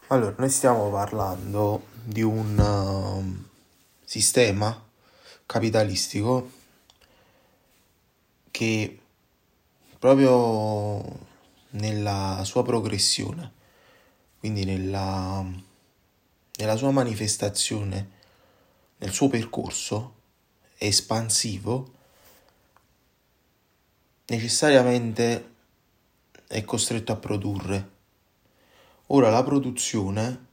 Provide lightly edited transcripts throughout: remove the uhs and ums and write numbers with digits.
Allora, noi stiamo parlando di un sistema capitalistico che proprio nella sua progressione, quindi nella sua manifestazione, nel suo percorso espansivo, necessariamente è costretto a produrre. Ora la produzione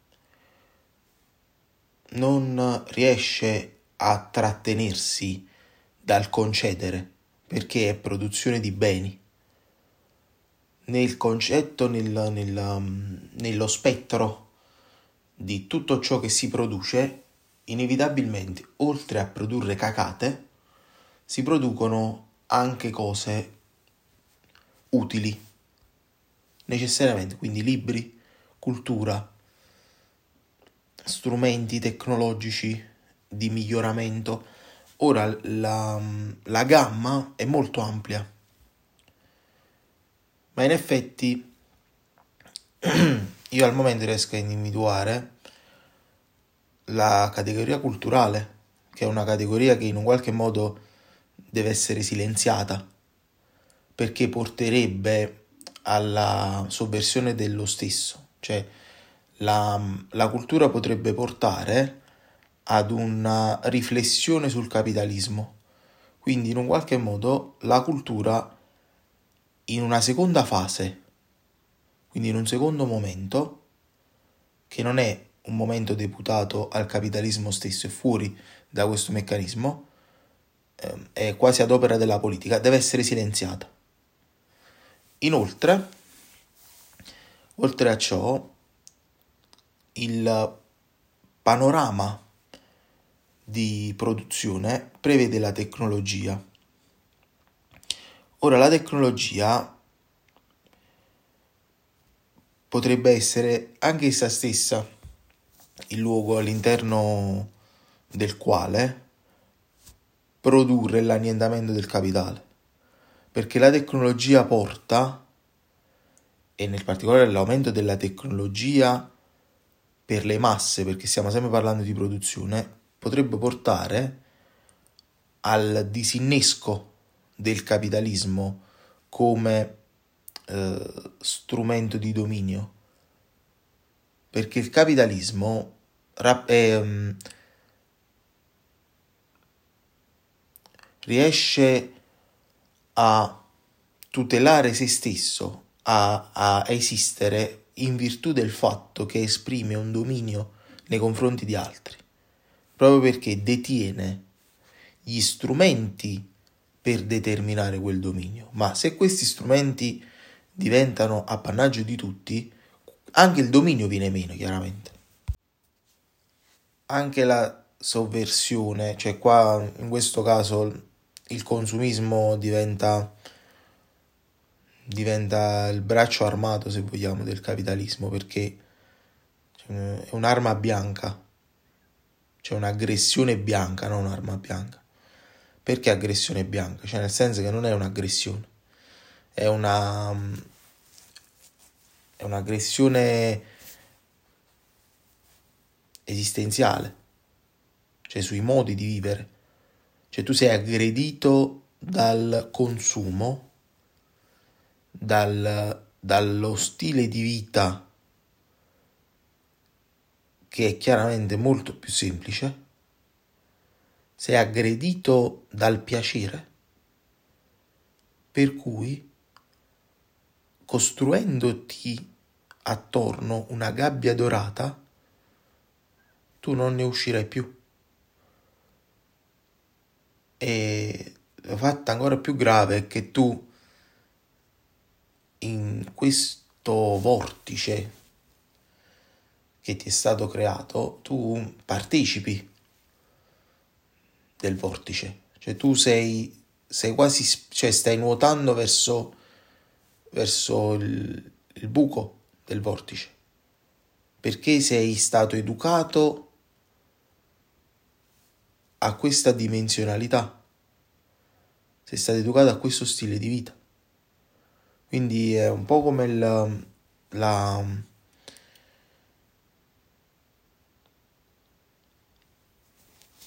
non riesce a trattenersi dal concedere perché è produzione di beni. Nel concetto, nello spettro di tutto ciò che si produce, inevitabilmente, oltre a produrre cacate, si producono anche cose utili, necessariamente, quindi libri, cultura, strumenti tecnologici di miglioramento. Ora la gamma è molto ampia, ma in effetti io al momento riesco a individuare la categoria culturale, che è una categoria che in un qualche modo deve essere silenziata, perché porterebbe alla sovversione dello stesso. Cioè la cultura potrebbe portare ad una riflessione sul capitalismo. Quindi in un qualche modo la cultura in una seconda fase, quindi in un secondo momento, che non è un momento deputato al capitalismo stesso, è fuori da questo meccanismo, è quasi ad opera della politica, deve essere silenziata. Inoltre, oltre a ciò, il panorama di produzione prevede la tecnologia. Ora, la tecnologia potrebbe essere anche essa stessa il luogo all'interno del quale produrre l'annientamento del capitale, perché la tecnologia porta, e nel particolare l'aumento della tecnologia per le masse, perché stiamo sempre parlando di produzione, potrebbe portare al disinnesco del capitalismo come strumento di dominio, perché il capitalismo riesce a tutelare se stesso, a esistere in virtù del fatto che esprime un dominio nei confronti di altri, proprio perché detiene gli strumenti per determinare quel dominio. Ma se questi strumenti diventano appannaggio di tutti, anche il dominio viene meno, chiaramente. Anche la sovversione, cioè qua in questo caso il consumismo diventa il braccio armato, se vogliamo, del capitalismo, perché è un'arma bianca, cioè un'aggressione bianca, non un'arma bianca. Perché aggressione bianca? Cioè nel senso che non è un'aggressione, è è un'aggressione esistenziale, cioè sui modi di vivere. Cioè tu sei aggredito dal consumo, dallo stile di vita che è chiaramente molto più semplice, sei aggredito dal piacere, per cui costruendoti attorno una gabbia dorata, tu non ne uscirai più. E la fatta ancora più grave è che tu in questo vortice che ti è stato creato, tu partecipi del vortice, cioè tu sei quasi, cioè stai nuotando verso il buco del vortice, perché sei stato educato a questa dimensionalità, sei stato educato a questo stile di vita. Quindi è un po' come la,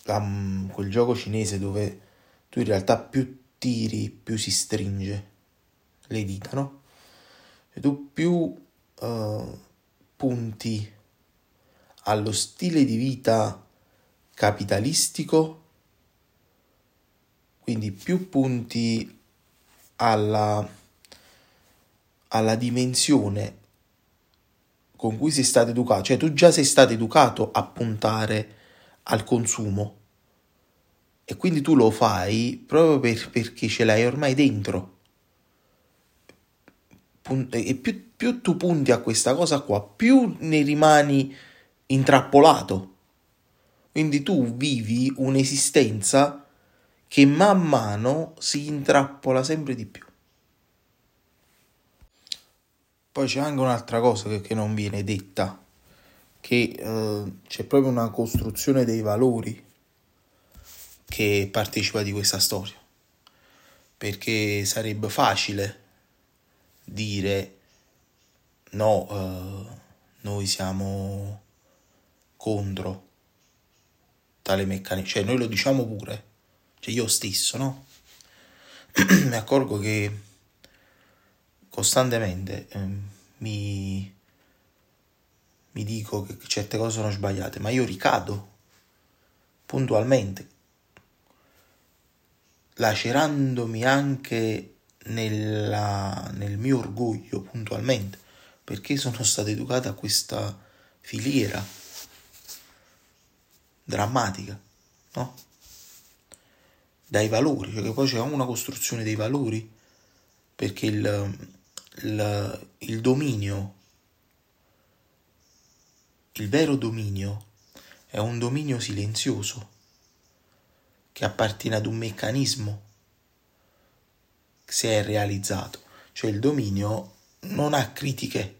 quel gioco cinese dove tu in realtà più tiri, più si stringe le dita, no? E tu più punti allo stile di vita capitalistico, quindi più punti alla dimensione con cui sei stato educato, cioè tu già sei stato educato a puntare al consumo e quindi tu lo fai proprio perché ce l'hai ormai dentro. E più tu punti a questa cosa qua, più ne rimani intrappolato. Quindi tu vivi un'esistenza che man mano si intrappola sempre di più. Poi c'è anche un'altra cosa che non viene detta, che c'è proprio una costruzione dei valori che partecipa di questa storia. Perché sarebbe facile dire no, noi siamo contro tale meccanismo, cioè noi lo diciamo pure, cioè io stesso, no? Mi accorgo che costantemente mi dico che certe cose sono sbagliate, ma io ricado puntualmente, lacerandomi anche nel mio orgoglio puntualmente, perché sono stato educato a questa filiera drammatica, no? Dai valori, cioè che poi c'è una costruzione dei valori, perché il dominio, il vero dominio, è un dominio silenzioso che appartiene ad un meccanismo che si è realizzato, cioè il dominio non ha critiche,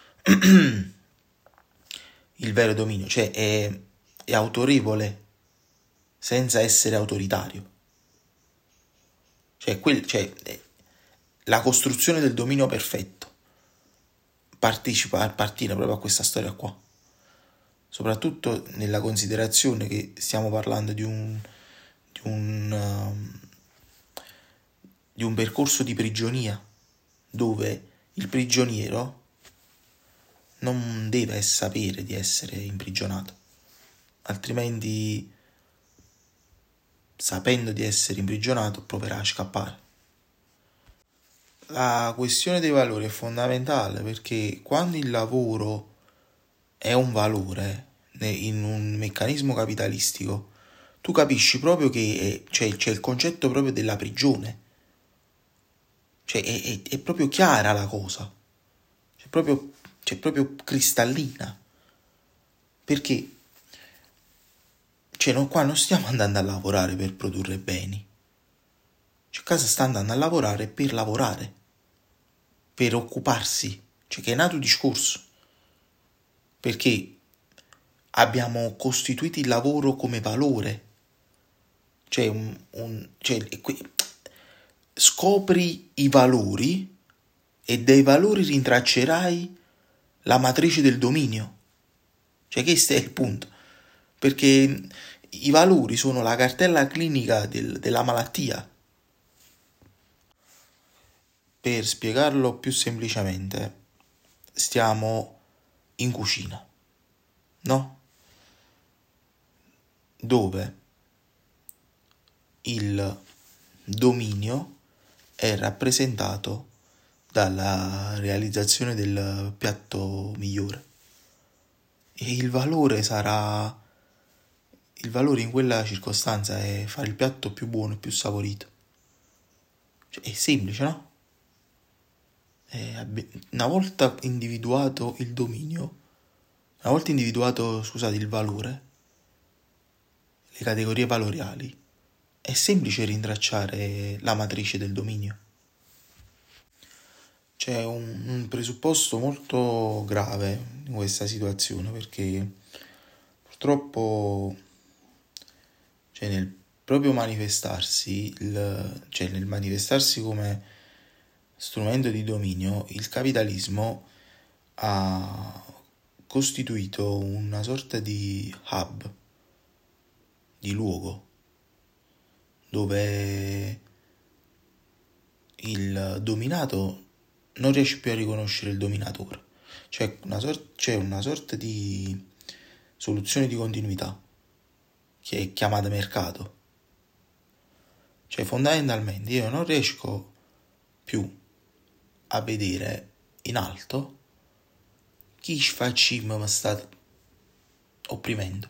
il vero dominio, cioè è autorevole senza essere autoritario. Cioè, la costruzione del dominio perfetto appartiene proprio a questa storia qua. Soprattutto nella considerazione che stiamo parlando di un percorso di prigionia, dove il prigioniero non deve sapere di essere imprigionato, altrimenti, sapendo di essere imprigionato, proverà a scappare. La questione dei valori è fondamentale perché quando il lavoro è un valore in un meccanismo capitalistico, tu capisci proprio che c'è il concetto proprio della prigione. Cioè è proprio chiara la cosa, c'è proprio cristallina. Perché qua non stiamo andando a lavorare per produrre beni. Casa sta andando a lavorare, per occuparsi. Cioè che è nato il discorso. Perché abbiamo costituito il lavoro come valore. Cioè, scopri i valori e dai valori rintraccerai la matrice del dominio. Cioè questo è il punto. Perché i valori sono la cartella clinica della malattia. Per spiegarlo più semplicemente, stiamo in cucina, no? Dove il dominio è rappresentato dalla realizzazione del piatto migliore. E il valore in quella circostanza è fare il piatto più buono e più saporito. Cioè, è semplice, no? Una volta individuato il dominio, il valore, le categorie valoriali, è semplice rintracciare la matrice del dominio. C'è un presupposto molto grave in questa situazione perché purtroppo nel proprio manifestarsi, nel manifestarsi come strumento di dominio, il capitalismo ha costituito una sorta di hub di luogo dove il dominato non riesce più a riconoscere il dominatore. C'è una sorta di soluzione di continuità che è chiamata mercato. Cioè fondamentalmente io non riesco più a vedere in alto chi fa cima mi sta opprimendo,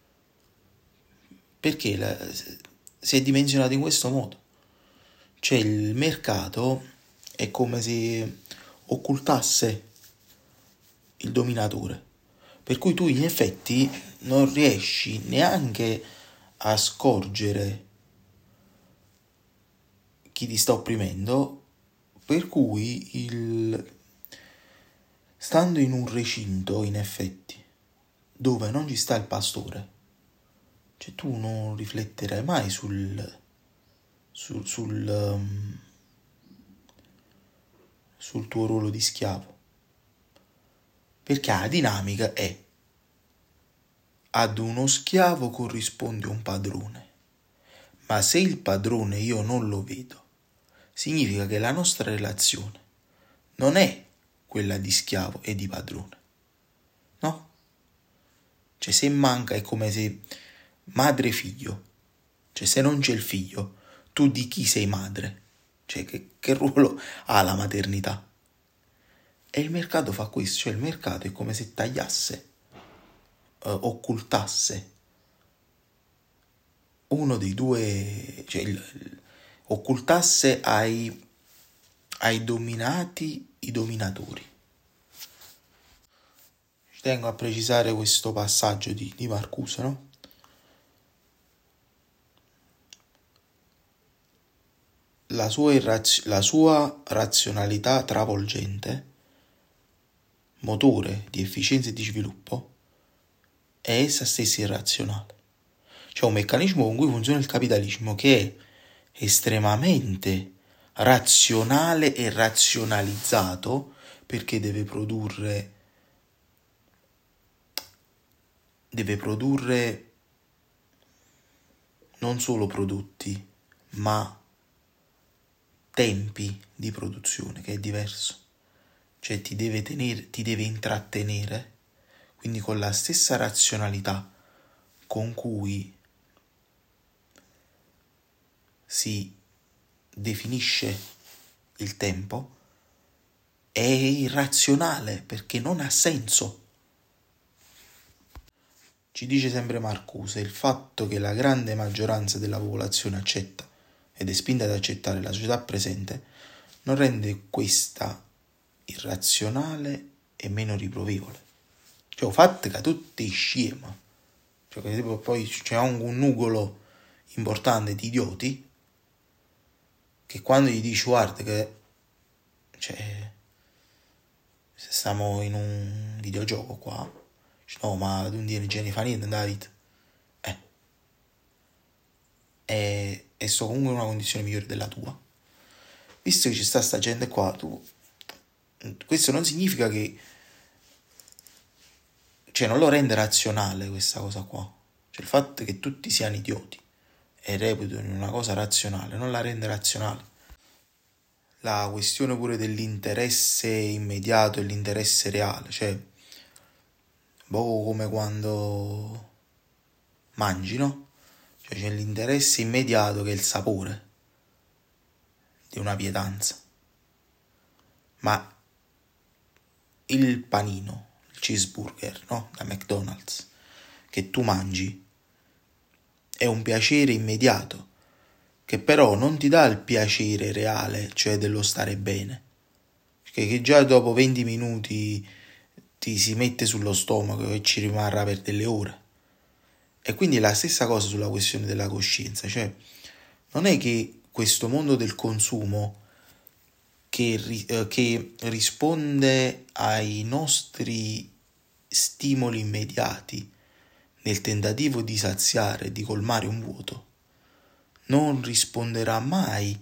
perché si è dimensionato in questo modo. Cioè il mercato è come se occultasse il dominatore, per cui tu in effetti non riesci neanche a scorgere chi ti sta opprimendo, per cui stando in un recinto in effetti dove non ci sta il pastore, cioè tu non rifletterai mai sul tuo ruolo di schiavo, perché la dinamica è: ad uno schiavo corrisponde un padrone, ma se il padrone io non lo vedo, significa che la nostra relazione non è quella di schiavo e di padrone, no? Cioè se manca è come se madre e figlio, cioè se non c'è il figlio, tu di chi sei madre? Cioè che ruolo ha la maternità? E il mercato fa questo, cioè il mercato è come se tagliasse, occultasse uno dei due, cioè occultasse ai dominati i dominatori. Ci tengo a precisare questo passaggio di Marcuse, no? La sua razionalità travolgente, motore di efficienza e di sviluppo, è essa stessa irrazionale. C'è un meccanismo con cui funziona il capitalismo che è estremamente razionale e razionalizzato, perché deve produrre non solo prodotti, ma tempi di produzione, che è diverso. Cioè ti deve intrattenere, quindi con la stessa razionalità con cui si definisce il tempo, è irrazionale perché non ha senso. Ci dice sempre Marcuse: il fatto che la grande maggioranza della popolazione accetta ed è spinta ad accettare la società presente non rende questa irrazionale e meno riprovevole. Cioè il fatto che tutti scema, cioè che poi c'è un nugolo importante di idioti che quando gli dici guarda che cioè se stiamo in un videogioco qua, no ma tu non ne fa niente nella vita, e sto comunque in una condizione migliore della tua, visto che ci sta gente qua, questo non significa che, cioè non lo rende razionale questa cosa qua, cioè il fatto che tutti siano idioti e reputino una cosa razionale non la rende razionale. La questione pure dell'interesse immediato e l'interesse reale, cioè un po' come quando mangi, no? Cioè c'è l'interesse immediato che è il sapore di una pietanza, ma il panino, il cheeseburger, no? Da McDonald's, che tu mangi, è un piacere immediato, che però non ti dà il piacere reale, cioè dello stare bene, che già dopo 20 minuti ti si mette sullo stomaco e ci rimarrà per delle ore. E quindi è la stessa cosa sulla questione della coscienza, cioè non è che questo mondo del consumo che risponde ai nostri stimoli immediati nel tentativo di saziare e di colmare un vuoto non risponderà mai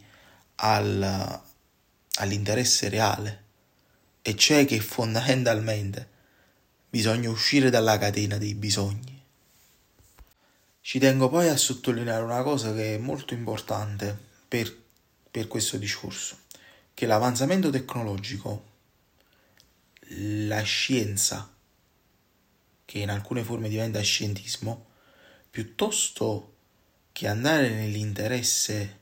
all'interesse reale, e cioè che fondamentalmente bisogna uscire dalla catena dei bisogni. Ci tengo poi a sottolineare una cosa che è molto importante per questo discorso, che l'avanzamento tecnologico, la scienza, che in alcune forme diventa scientismo, piuttosto che andare nell'interesse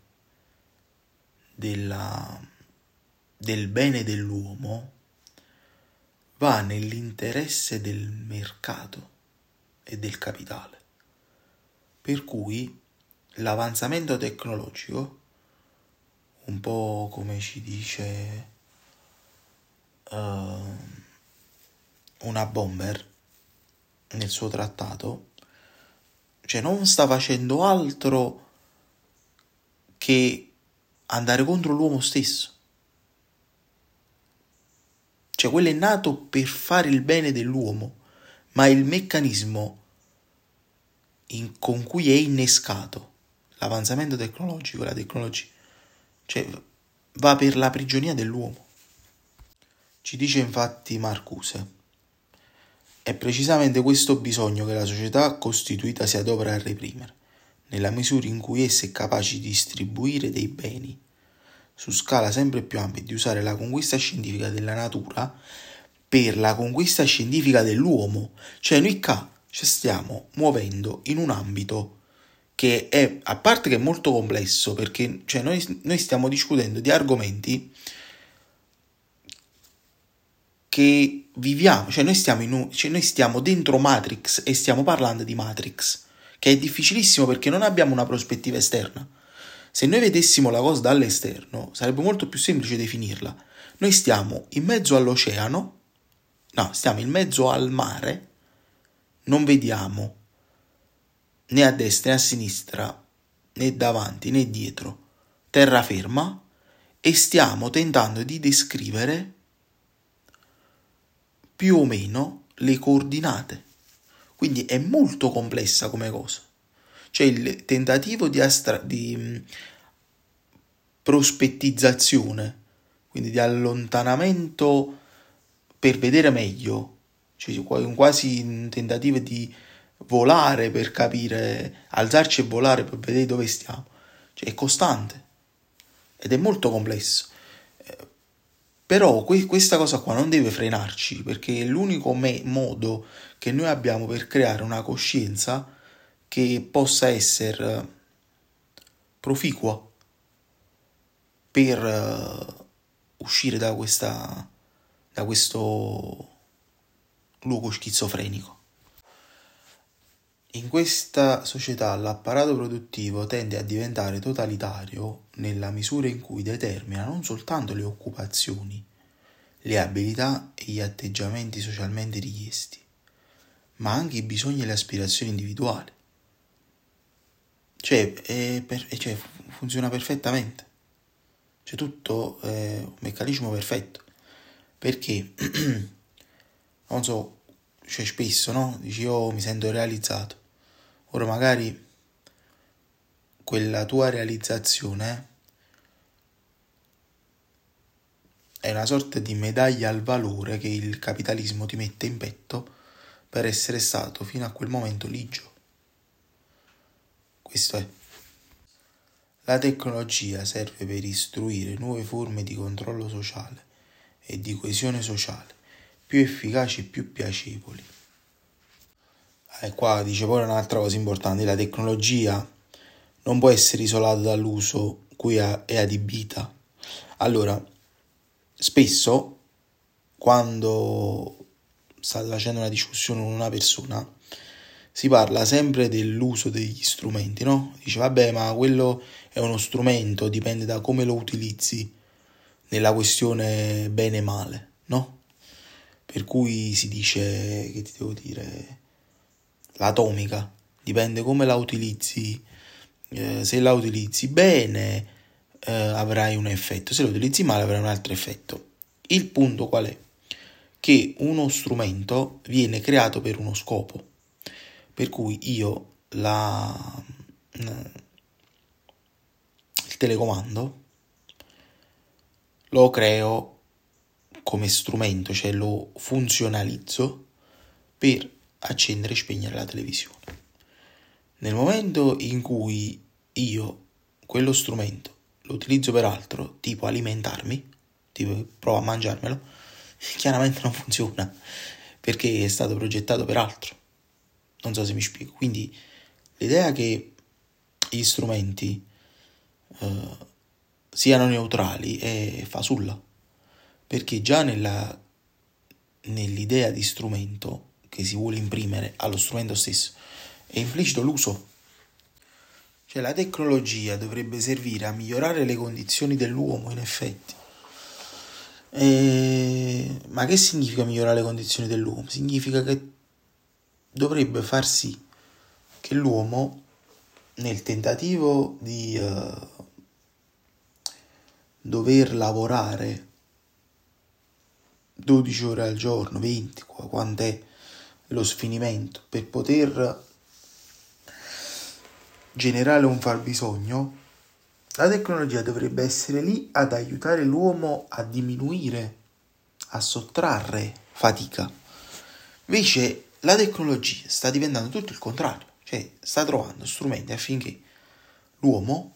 del bene dell'uomo, va nell'interesse del mercato e del capitale. Per cui l'avanzamento tecnologico, un po' come ci dice una Bomber nel suo trattato, cioè non sta facendo altro che andare contro l'uomo stesso. Cioè quello è nato per fare il bene dell'uomo, ma il meccanismo con cui è innescato l'avanzamento tecnologico, la tecnologia, cioè va per la prigionia dell'uomo. Ci dice infatti Marcuse: è precisamente questo bisogno che la società costituita si adopera a reprimere, nella misura in cui essa è capace di distribuire dei beni su scala sempre più ampia e di usare la conquista scientifica della natura per la conquista scientifica dell'uomo. Cioè noi qua ci stiamo muovendo in un ambito che è, a parte che è molto complesso, perché cioè, noi stiamo discutendo di argomenti che viviamo, cioè noi stiamo dentro Matrix e stiamo parlando di Matrix, che è difficilissimo perché non abbiamo una prospettiva esterna. Se noi vedessimo la cosa dall'esterno, sarebbe molto più semplice definirla. Noi stiamo in mezzo all'oceano, no, stiamo in mezzo al mare, non vediamo né a destra né a sinistra, né davanti né dietro, terraferma, e stiamo tentando di descrivere più o meno le coordinate. Quindi è molto complessa come cosa. Cioè il tentativo di prospettizzazione, quindi di allontanamento per vedere meglio, cioè quasi un tentativo di volare per capire, alzarci e volare per vedere dove stiamo, cioè è costante ed è molto complesso. Però questa cosa qua non deve frenarci, perché è l'unico modo che noi abbiamo per creare una coscienza che possa essere proficua per uscire da questo luogo schizofrenico. In questa società l'apparato produttivo tende a diventare totalitario nella misura in cui determina non soltanto le occupazioni, le abilità e gli atteggiamenti socialmente richiesti, ma anche i bisogni e le aspirazioni individuali. Cioè funziona perfettamente. C'è tutto un meccanismo perfetto. Perché, non so, cioè spesso, no? Dici, io mi sento realizzato. Ora magari quella tua realizzazione è una sorta di medaglia al valore che il capitalismo ti mette in petto per essere stato fino a quel momento ligio. Questo è. La tecnologia serve per istruire nuove forme di controllo sociale e di coesione sociale, più efficaci e più piacevoli. E qua dice poi un'altra cosa importante: la tecnologia non può essere isolata dall'uso cui è adibita. Allora, spesso, quando state facendo una discussione con una persona, si parla sempre dell'uso degli strumenti, no? Dice, vabbè, ma quello è uno strumento, dipende da come lo utilizzi nella questione bene e male, no? Per cui si dice, che ti devo dire, l'atomica, dipende come la utilizzi, se la utilizzi bene avrai un effetto, se la utilizzi male avrai un altro effetto. Il punto qual è? Che uno strumento viene creato per uno scopo, per cui io il telecomando lo creo come strumento, cioè lo funzionalizzo per accendere e spegnere la televisione. Nel momento in cui io quello strumento lo utilizzo per altro, tipo alimentarmi, tipo provo a mangiarmelo, chiaramente non funziona, perché è stato progettato per altro. Non so se mi spiego. Quindi l'idea che gli strumenti siano neutrali è fasulla, perché già nell'idea di strumento che si vuole imprimere allo strumento stesso è implicito l'uso. Cioè la tecnologia dovrebbe servire a migliorare le condizioni dell'uomo, in effetti. Ma che significa migliorare le condizioni dell'uomo? Significa che dovrebbe far sì che l'uomo, nel tentativo di dover lavorare 12 ore al giorno, 20, quant'è lo sfinimento, per poter generare un fabbisogno, la tecnologia dovrebbe essere lì ad aiutare l'uomo a diminuire, a sottrarre fatica. Invece la tecnologia sta diventando tutto il contrario, cioè sta trovando strumenti affinché l'uomo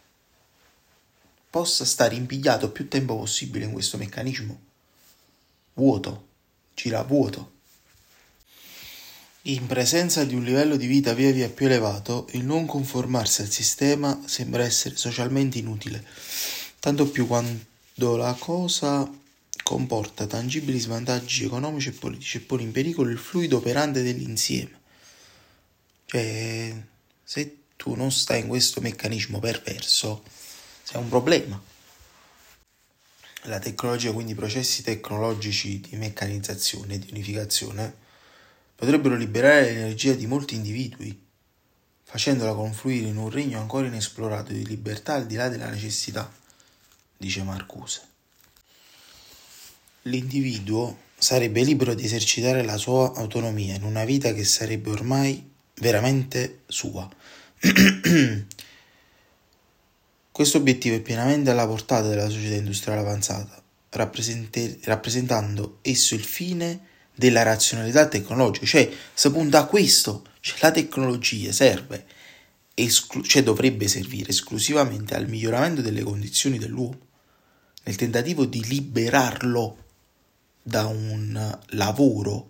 possa stare impigliato più tempo possibile in questo meccanismo vuoto, gira vuoto. In presenza di un livello di vita via via più elevato, il non conformarsi al sistema sembra essere socialmente inutile, tanto più quando la cosa comporta tangibili svantaggi economici e politici e pone in pericolo il fluido operante dell'insieme. Cioè, se tu non stai in questo meccanismo perverso, sei un problema. La tecnologia, quindi i processi tecnologici di meccanizzazione e di unificazione, potrebbero liberare l'energia di molti individui, facendola confluire in un regno ancora inesplorato di libertà al di là della necessità, dice Marcuse. L'individuo sarebbe libero di esercitare la sua autonomia in una vita che sarebbe ormai veramente sua. Questo obiettivo è pienamente alla portata della società industriale avanzata, rappresentando esso il fine della razionalità tecnologica, cioè si punta a questo, cioè la tecnologia serve, cioè dovrebbe servire esclusivamente al miglioramento delle condizioni dell'uomo, nel tentativo di liberarlo da un lavoro.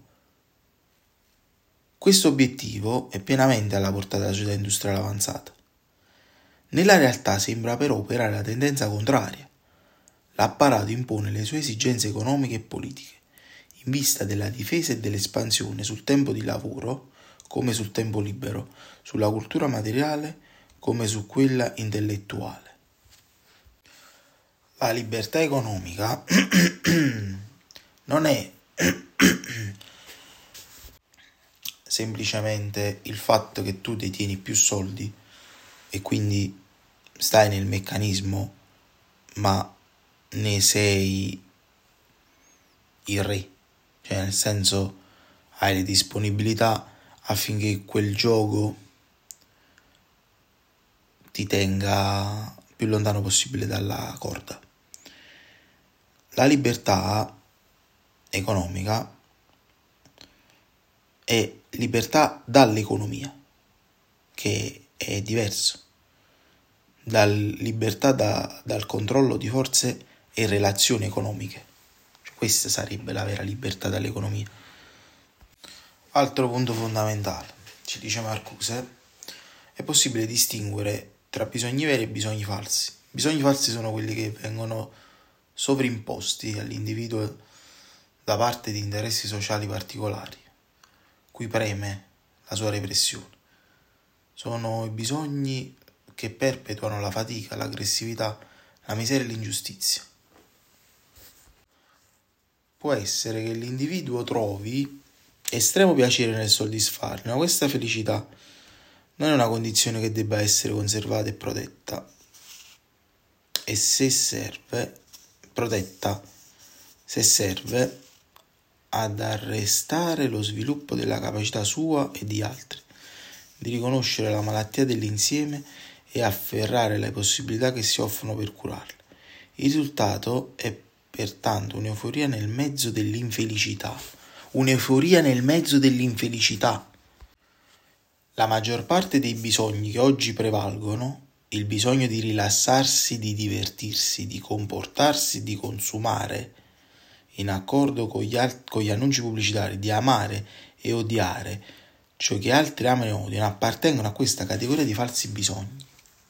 Questo obiettivo è pienamente alla portata della società industriale avanzata. Nella realtà sembra però operare la tendenza contraria. L'apparato impone le sue esigenze economiche e politiche, in vista della difesa e dell'espansione sul tempo di lavoro come sul tempo libero, sulla cultura materiale come su quella intellettuale. La libertà economica non è semplicemente il fatto che tu detieni più soldi e quindi stai nel meccanismo, ma ne sei il re, cioè nel senso hai le disponibilità affinché quel gioco ti tenga più lontano possibile dalla corda. La libertà economica è libertà dall'economia, che è diverso. Libertà dal controllo di forze e relazioni economiche. Questa sarebbe la vera libertà dall'economia. Altro punto fondamentale, ci dice Marcuse, è possibile distinguere tra bisogni veri e bisogni falsi. I bisogni falsi sono quelli che vengono sovrimposti all'individuo da parte di interessi sociali particolari, cui preme la sua repressione. Sono i bisogni che perpetuano la fatica, l'aggressività, la miseria e l'ingiustizia. Può essere che l'individuo trovi estremo piacere nel soddisfarli, ma questa felicità non è una condizione che debba essere conservata e protetta, e se serve, protetta, se serve ad arrestare lo sviluppo della capacità sua e di altri, di riconoscere la malattia dell'insieme e afferrare le possibilità che si offrono per curarle. Il risultato è pertanto un'euforia nel mezzo dell'infelicità. Un'euforia nel mezzo dell'infelicità. La maggior parte dei bisogni che oggi prevalgono, il bisogno di rilassarsi, di divertirsi, di comportarsi, di consumare in accordo con gli annunci pubblicitari, di amare e odiare ciò che altri amano e odiano, appartengono a questa categoria di falsi bisogni.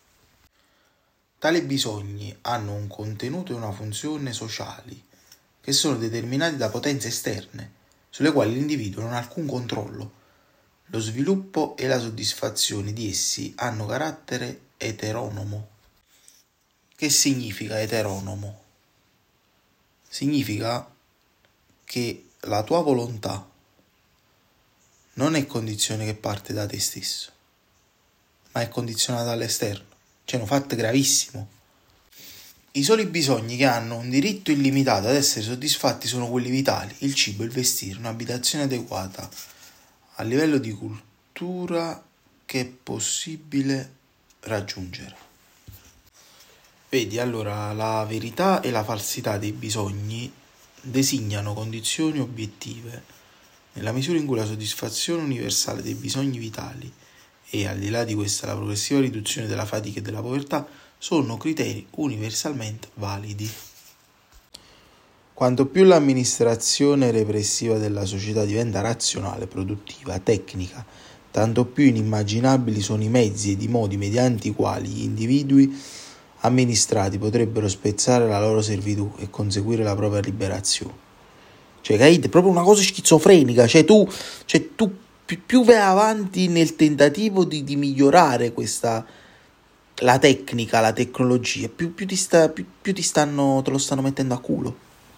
Tali bisogni hanno un contenuto e una funzione sociali che sono determinati da potenze esterne, sulle quali l'individuo non ha alcun controllo. Lo sviluppo e la soddisfazione di essi hanno carattere eteronomo. Che significa eteronomo? Significa che la tua volontà non è condizione che parte da te stesso, ma è condizionata dall'esterno. C'è un fatto gravissimo. I soli bisogni che hanno un diritto illimitato ad essere soddisfatti sono quelli vitali: il cibo, il vestire, un'abitazione adeguata a livello di cultura che è possibile raggiungere. Vedi, allora, la verità e la falsità dei bisogni designano condizioni obiettive nella misura in cui la soddisfazione universale dei bisogni vitali e, al di là di questa, la progressiva riduzione della fatica e della povertà sono criteri universalmente validi. Quanto più l'amministrazione repressiva della società diventa razionale, produttiva, tecnica, tanto più inimmaginabili sono i mezzi ed i modi mediante i quali gli individui amministrati potrebbero spezzare la loro servitù e conseguire la propria liberazione. Cioè, capite? È proprio una cosa schizofrenica. Tu più vai avanti nel tentativo di migliorare la tecnica, la tecnologia, più te lo stanno mettendo a culo.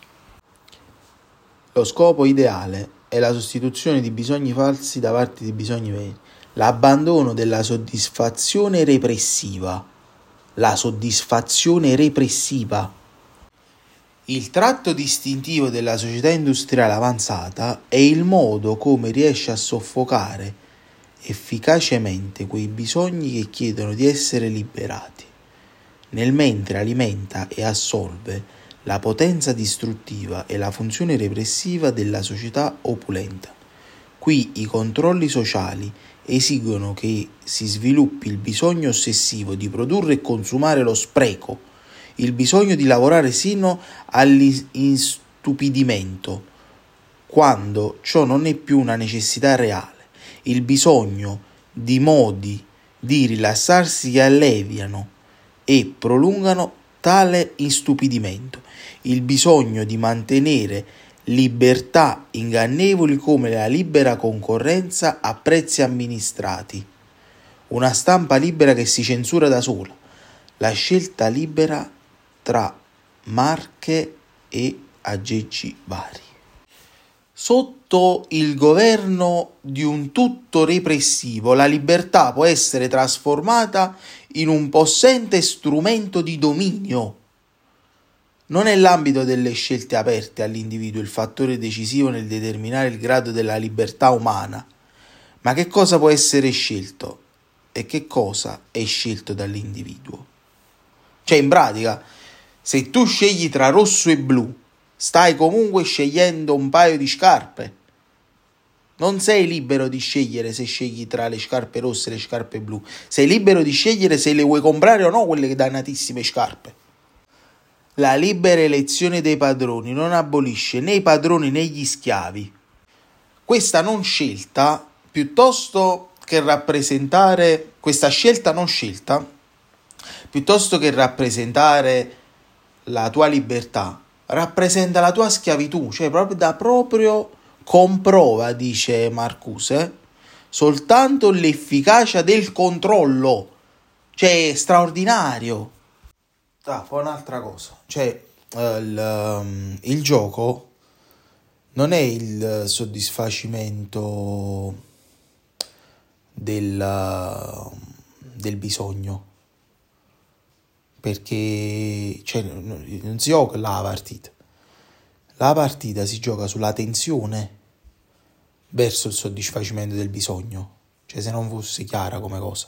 Lo scopo ideale è la sostituzione di bisogni falsi da parte di bisogni veri, l'abbandono della soddisfazione repressiva. La soddisfazione repressiva. Il tratto distintivo della società industriale avanzata è il modo come riesce a soffocare efficacemente quei bisogni che chiedono di essere liberati, nel mentre alimenta e assolve la potenza distruttiva e la funzione repressiva della società opulenta. Qui i controlli sociali esigono che si sviluppi il bisogno ossessivo di produrre e consumare lo spreco, il bisogno di lavorare sino all'instupidimento, quando ciò non è più una necessità reale, il bisogno di modi di rilassarsi che alleviano e prolungano tale instupidimento, il bisogno di mantenere libertà ingannevoli come la libera concorrenza a prezzi amministrati, una stampa libera che si censura da sola, la scelta libera tra marche e aggeggi vari. Sotto il governo di un tutto repressivo, la libertà può essere trasformata in un possente strumento di dominio. Non è l'ambito delle scelte aperte all'individuo il fattore decisivo nel determinare il grado della libertà umana, ma che cosa può essere scelto e che cosa è scelto dall'individuo. Cioè, in pratica, se tu scegli tra rosso e blu, stai comunque scegliendo un paio di scarpe. Non sei libero di scegliere se scegli tra le scarpe rosse e le scarpe blu. Sei libero di scegliere se le vuoi comprare o no quelle dannatissime scarpe. La libera elezione dei padroni non abolisce né i padroni né gli schiavi. Questa scelta non scelta, piuttosto che rappresentare la tua libertà, rappresenta la tua schiavitù, cioè proprio comprova, dice Marcuse, soltanto l'efficacia del controllo, cioè è straordinario. Poi un'altra cosa, il gioco non è il soddisfacimento del bisogno, perché non si gioca la partita si gioca sulla tensione verso il soddisfacimento del bisogno, se non fosse chiara come cosa.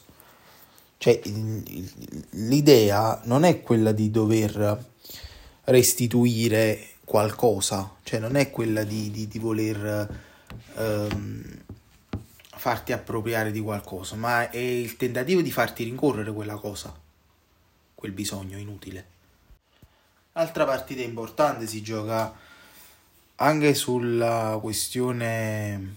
L'idea non è quella di dover restituire qualcosa, non è quella di voler farti appropriare di qualcosa, ma è il tentativo di farti rincorrere quella cosa, quel bisogno inutile. Altra partita importante si gioca anche sulla questione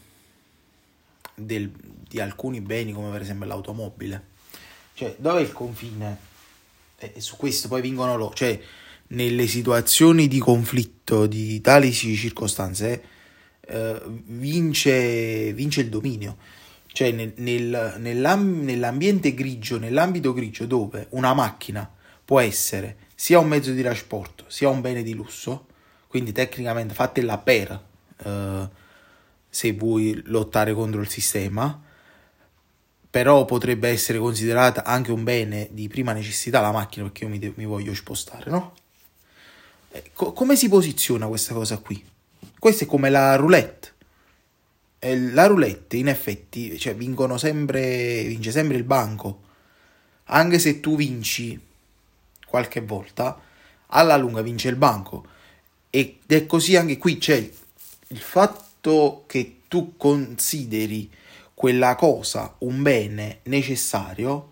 di alcuni beni, come per esempio l'automobile. Cioè, dove è il confine? E su questo poi vincono loro. Cioè, nelle situazioni di conflitto di tali circostanze vince il dominio. Cioè, nell'ambiente grigio, nell'ambito grigio, dove una macchina può essere sia un mezzo di trasporto sia un bene di lusso, quindi tecnicamente fatela per se vuoi lottare contro il sistema, però potrebbe essere considerata anche un bene di prima necessità la macchina, perché io mi voglio spostare, no? Come si posiziona questa cosa qui? Questa è come la roulette. La roulette in effetti, cioè, vince sempre il banco. Anche se tu vinci qualche volta, alla lunga vince il banco. Ed è così anche qui, c'è il fatto che tu consideri quella cosa un bene necessario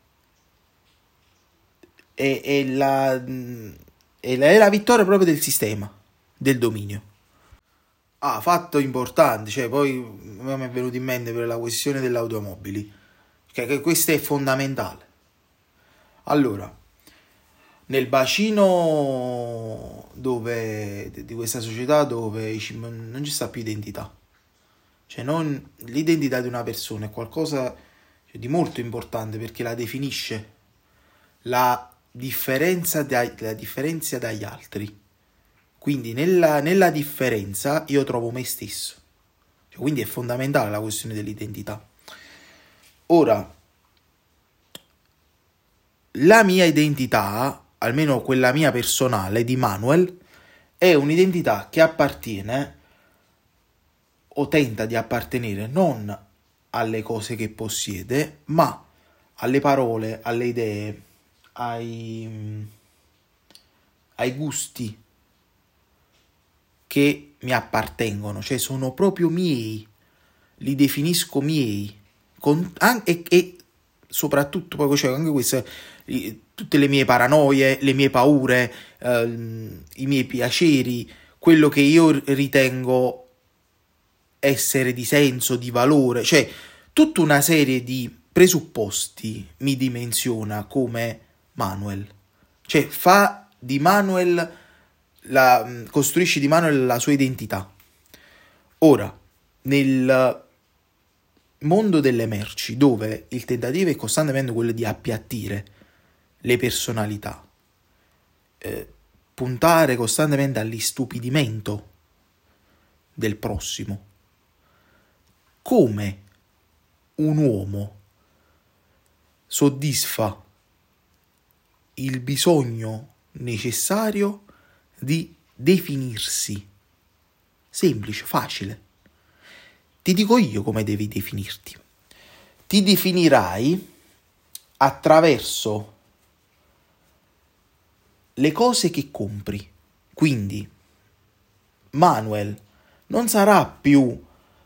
è la vittoria proprio del sistema, del dominio. Fatto importante, cioè poi mi è venuto in mente per la questione delle automobili, che questo è fondamentale. Allora, nel bacino di questa società dove non ci sta più identità, cioè non l'identità di una persona è qualcosa di molto importante, perché la definisce, la differenzia dagli altri. Quindi nella differenza io trovo me stesso. Cioè, quindi è fondamentale la questione dell'identità. Ora, la mia identità, almeno quella mia personale di Manuel, è un'identità che appartiene o tenta di appartenere non alle cose che possiede, ma alle parole, alle idee, ai gusti che mi appartengono, cioè sono proprio miei, li definisco miei, e soprattutto poi c'è anche queste, tutte le mie paranoie, le mie paure, i miei piaceri, quello che io ritengo essere di senso, di valore, cioè tutta una serie di presupposti mi dimensiona come Manuel, cioè fa di Manuel costruisce di Manuel la sua identità. Ora, nel mondo delle merci, dove il tentativo è costantemente quello di appiattire le personalità, puntare costantemente all'istupidimento del prossimo, come un uomo soddisfa il bisogno necessario di definirsi? Semplice, facile. Ti dico io come devi definirti. Ti definirai attraverso le cose che compri. Quindi Manuel non sarà più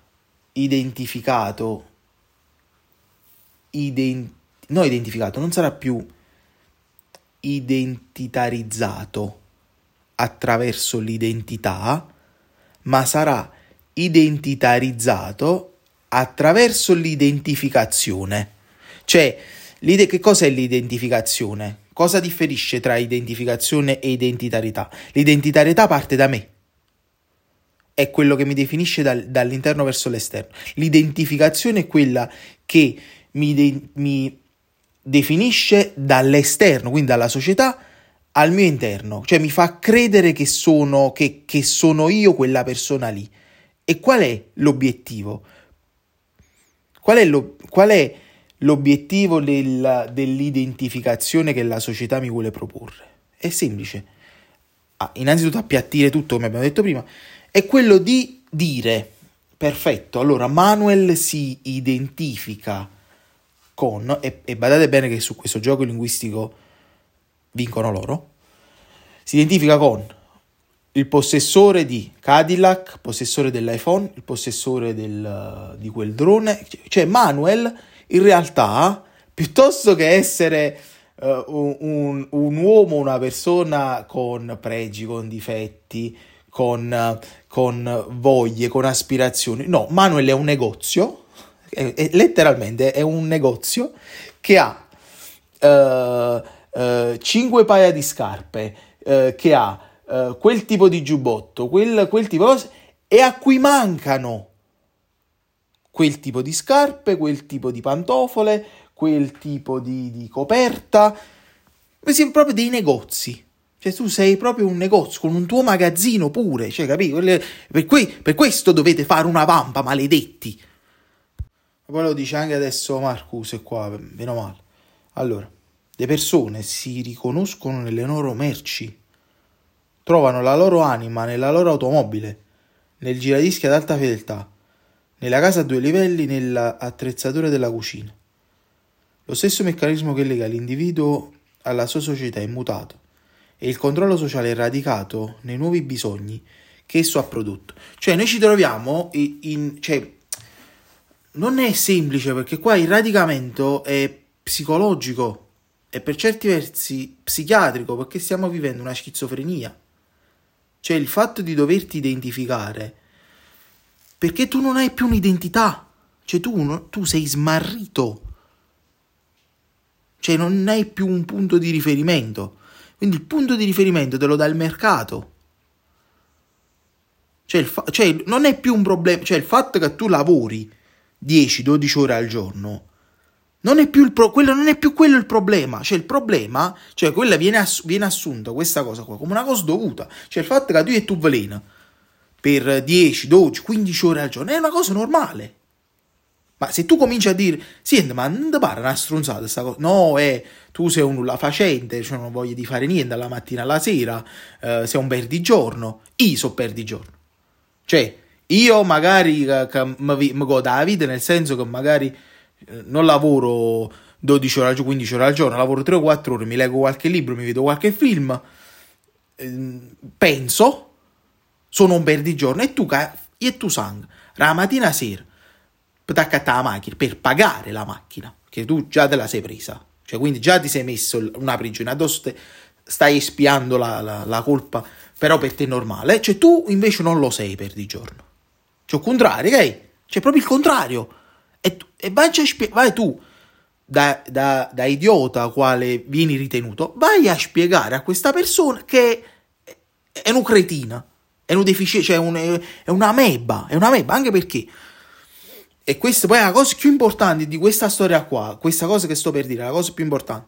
non sarà più identitarizzato attraverso l'identità, ma sarà identitarizzato attraverso l'identificazione. Cioè, che cosa è l'identificazione? Cosa differisce tra identificazione e identitarietà? L'identitarietà parte da me, è quello che mi definisce dall'interno verso l'esterno. L'identificazione è quella che mi definisce dall'esterno, quindi dalla società, al mio interno, cioè mi fa credere che sono io quella persona lì. E qual è l'obiettivo? Qual è l'obiettivo dell'identificazione che la società mi vuole proporre? È semplice. Innanzitutto appiattire tutto, come abbiamo detto prima, è quello di dire, perfetto, allora Manuel si identifica con, e badate bene che su questo gioco linguistico vincono loro, si identifica con il possessore di Cadillac, possessore dell'iPhone, il possessore di quel drone. Cioè Manuel in realtà, piuttosto che essere un uomo, una persona con pregi, con difetti, con voglie, con aspirazioni, no, Manuel è un negozio, letteralmente è un negozio che ha 5 paia di scarpe, che ha quel tipo di giubbotto, quel tipo di cose, e a cui mancano quel tipo di scarpe, quel tipo di pantofole, quel tipo di coperta. Siamo proprio dei negozi. Cioè tu sei proprio un negozio con un tuo magazzino pure, cioè capito? Per questo dovete fare una vampa, maledetti. Poi lo dice anche adesso Marcuse qua, meno male. Allora, le persone si riconoscono nelle loro merci, trovano la loro anima nella loro automobile, nel giradischi ad alta fedeltà, nella casa a 2 livelli, nell'attrezzatura della cucina. Lo stesso meccanismo che lega l'individuo alla sua società è immutato e il controllo sociale è radicato nei nuovi bisogni che esso ha prodotto. Cioè noi ci troviamo cioè, non è semplice, perché qua il radicamento è psicologico e per certi versi psichiatrico, perché stiamo vivendo una schizofrenia. Cioè il fatto di doverti identificare perché tu non hai più un'identità, cioè tu sei smarrito, cioè non hai più un punto di riferimento, quindi il punto di riferimento te lo dà il mercato. Cioè non è più un problema, cioè il fatto che tu lavori 10-12 ore al giorno non è più non è più quello il problema. Cioè il problema, cioè quella viene assunta questa cosa qua come una cosa dovuta. Cioè il fatto che tu e tu veleno per 10, 12, 15 ore al giorno è una cosa normale. Ma se tu cominci a dire, senti, ma non ti pare una stronzata sta cosa? No, tu sei un nulla facente, cioè non voglio di fare niente dalla mattina alla sera, sei un perdigiorno. Io so perdigiorno. Cioè, io magari che mi godo la vita, nel senso che magari non lavoro 12 ore al giorno, 15 ore al giorno, lavoro 3 o 4 ore, mi leggo qualche libro, mi vedo qualche film, penso, sono un perdigiorno, e tu sangue, la mattina a sera, per accattare la macchina, per pagare la macchina, che tu già te la sei presa, cioè quindi già ti sei messo una prigione addosso, stai espiando la colpa, però per te è normale, cioè tu invece non lo sei perdigiorno, cioè il contrario, ok? Cioè proprio il contrario. E vai tu, da idiota quale vieni ritenuto, vai a spiegare a questa persona che è un cretina, è un deficiente, cioè è un'ameba, anche perché, e questa poi è la cosa più importante di questa storia qua, questa cosa che sto per dire, la cosa più importante.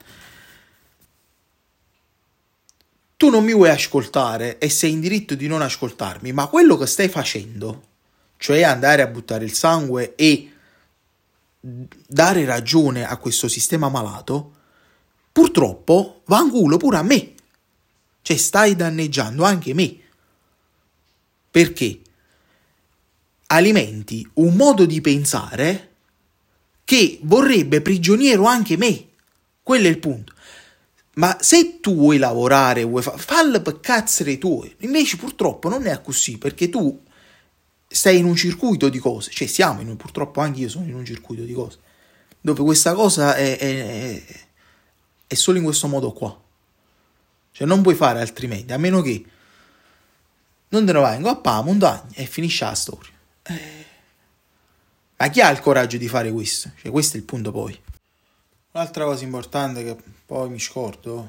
Tu non mi vuoi ascoltare e sei in diritto di non ascoltarmi, ma quello che stai facendo, cioè andare a buttare il sangue e dare ragione a questo sistema malato, purtroppo va in culo pure a me. Cioè stai danneggiando anche me. Perché alimenti un modo di pensare che vorrebbe prigioniero anche me. Quello è il punto. Ma se tu vuoi lavorare, fallo per cazzere tuoi. Invece purtroppo non è così, perché tu stai in un circuito di cose, cioè purtroppo anche io sono in un circuito di cose, dove questa cosa è solo in questo modo qua. Cioè non puoi fare altrimenti, a meno che non te ne vai in coppa alla montagna e finisce la storia. Ma chi ha il coraggio di fare questo? Cioè questo è il punto poi. Un'altra cosa importante che poi mi scordo,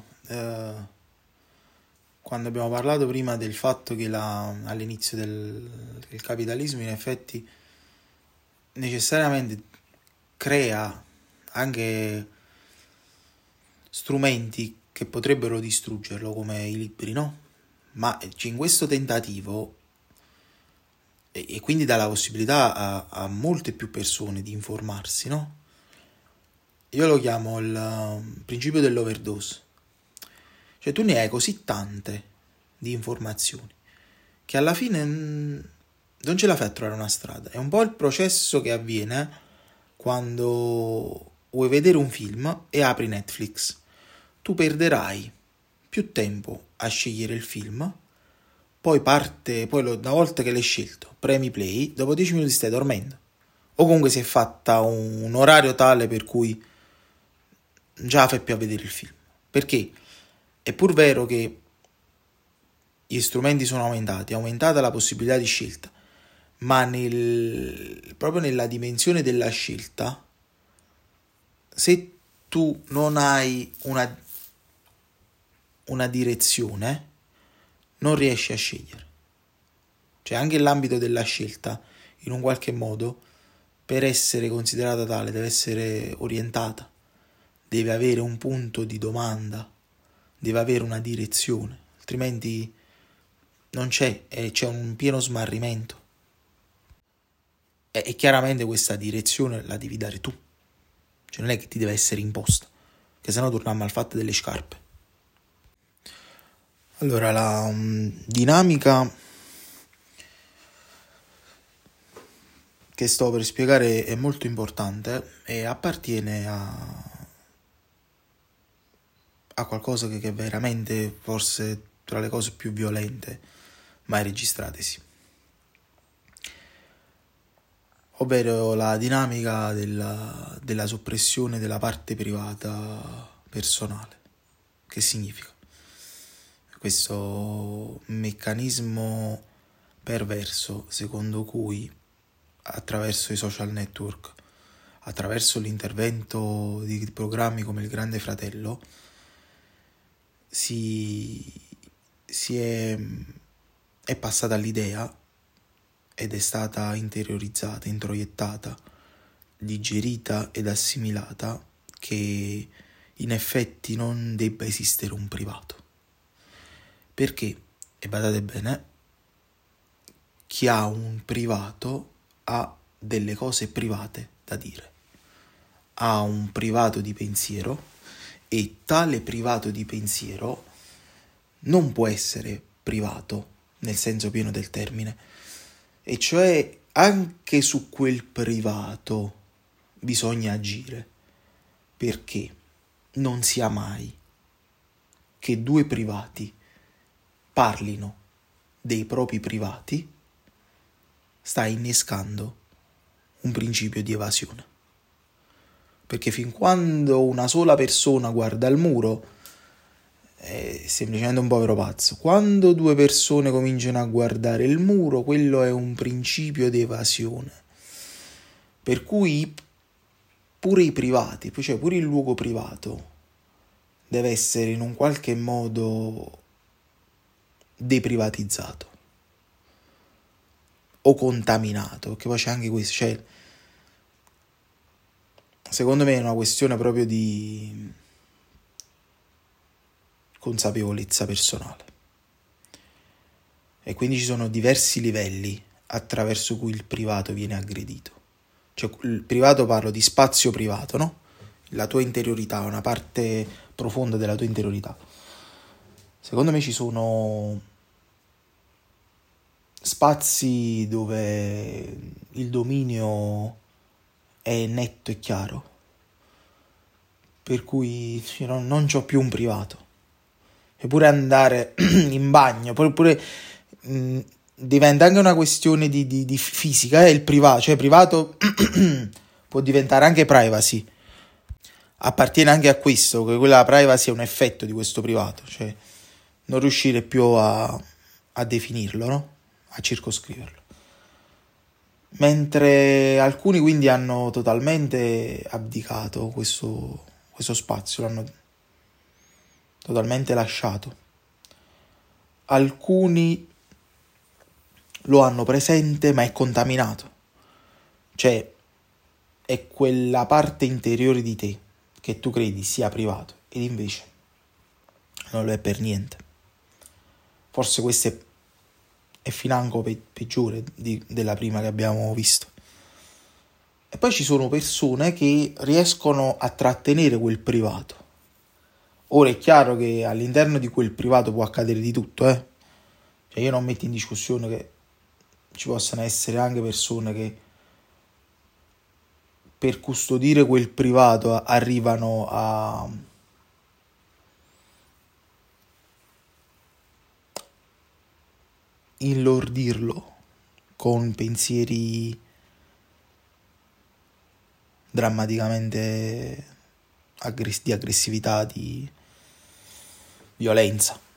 quando abbiamo parlato prima del fatto che all'inizio del capitalismo in effetti necessariamente crea anche strumenti che potrebbero distruggerlo, come i libri, no? Ma in questo tentativo, e quindi dà la possibilità a molte più persone di informarsi, no? Io lo chiamo il principio dell'overdose. Cioè tu ne hai così tante di informazioni che alla fine non ce la fai a trovare una strada. È un po' il processo che avviene quando vuoi vedere un film e apri Netflix. Tu perderai più tempo a scegliere il film, poi una volta che l'hai scelto, premi play, dopo 10 minuti stai dormendo. O comunque si è fatta un orario tale per cui già fai più a vedere il film. Perché è pur vero che gli strumenti sono aumentati, è aumentata la possibilità di scelta, ma proprio nella dimensione della scelta, se tu non hai una direzione, non riesci a scegliere. Cioè anche l'ambito della scelta, in un qualche modo, per essere considerata tale, deve essere orientata, deve avere un punto di domanda, deve avere una direzione, altrimenti non c'è un pieno smarrimento. E chiaramente questa direzione la devi dare tu, cioè non è che ti deve essere imposta, che sennò torniamo al fatto delle scarpe. Allora, la dinamica che sto per spiegare è molto importante e appartiene a qualcosa che è veramente forse tra le cose più violente mai registratesi, ovvero la dinamica della soppressione della parte privata personale. Che significa? Questo meccanismo perverso secondo cui attraverso i social network, attraverso l'intervento di programmi come il Grande Fratello, è passata l'idea ed è stata interiorizzata, introiettata, digerita ed assimilata che in effetti non debba esistere un privato. Perché, e badate bene, chi ha un privato ha delle cose private da dire, ha un privato di pensiero e tale privato di pensiero non può essere privato nel senso pieno del termine, e cioè anche su quel privato bisogna agire, perché non sia mai che due privati parlino dei propri privati, sta innescando un principio di evasione. Perché fin quando una sola persona guarda il muro è semplicemente un povero pazzo. Quando due persone cominciano a guardare il muro, quello è un principio di evasione. Per cui pure i privati, cioè pure il luogo privato, deve essere in un qualche modo deprivatizzato o contaminato, perché poi c'è anche questo, cioè secondo me è una questione proprio di consapevolezza personale, e quindi ci sono diversi livelli attraverso cui il privato viene aggredito. Cioè il privato, parlo di spazio privato, no? La tua interiorità, una parte profonda della tua interiorità. Secondo me ci sono spazi dove il dominio è netto e chiaro, per cui non c'ho più un privato. Eppure andare in bagno, pure diventa anche una questione di fisica, il privato, cioè privato può diventare anche privacy. Appartiene anche a questo, che quella privacy è un effetto di questo privato, cioè non riuscire più a definirlo, no? A circoscriverlo. Mentre alcuni quindi hanno totalmente abdicato questo spazio, l'hanno totalmente lasciato. Alcuni lo hanno presente ma è contaminato, cioè è quella parte interiore di te che tu credi sia privato ed invece non lo è per niente. Forse questo è financo peggiore della prima che abbiamo visto. E poi ci sono persone che riescono a trattenere quel privato. Ora è chiaro che all'interno di quel privato può accadere di tutto, Cioè io non metto in discussione che ci possano essere anche persone che per custodire quel privato arrivano inlordirlo con pensieri drammaticamente di aggressività, di violenza.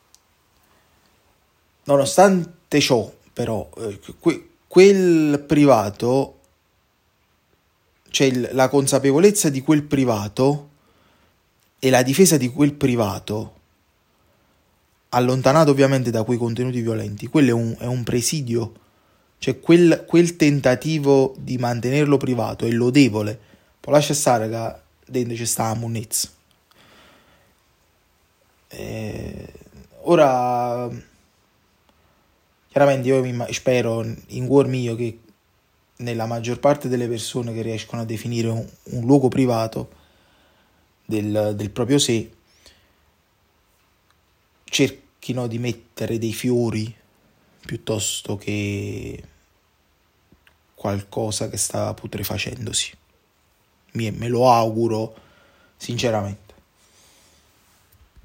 Nonostante ciò, però, quel privato, cioè la consapevolezza di quel privato e la difesa di quel privato, allontanato ovviamente da quei contenuti violenti, quello è un presidio, cioè quel tentativo di mantenerlo privato è lodevole. Poi lascia stare che dentro c'è sta la monnezza. Ora, chiaramente io spero in cuor mio che nella maggior parte delle persone che riescono a definire un luogo privato del proprio sé cerchino di mettere dei fiori piuttosto che qualcosa che sta putrefacendosi. Me lo auguro sinceramente.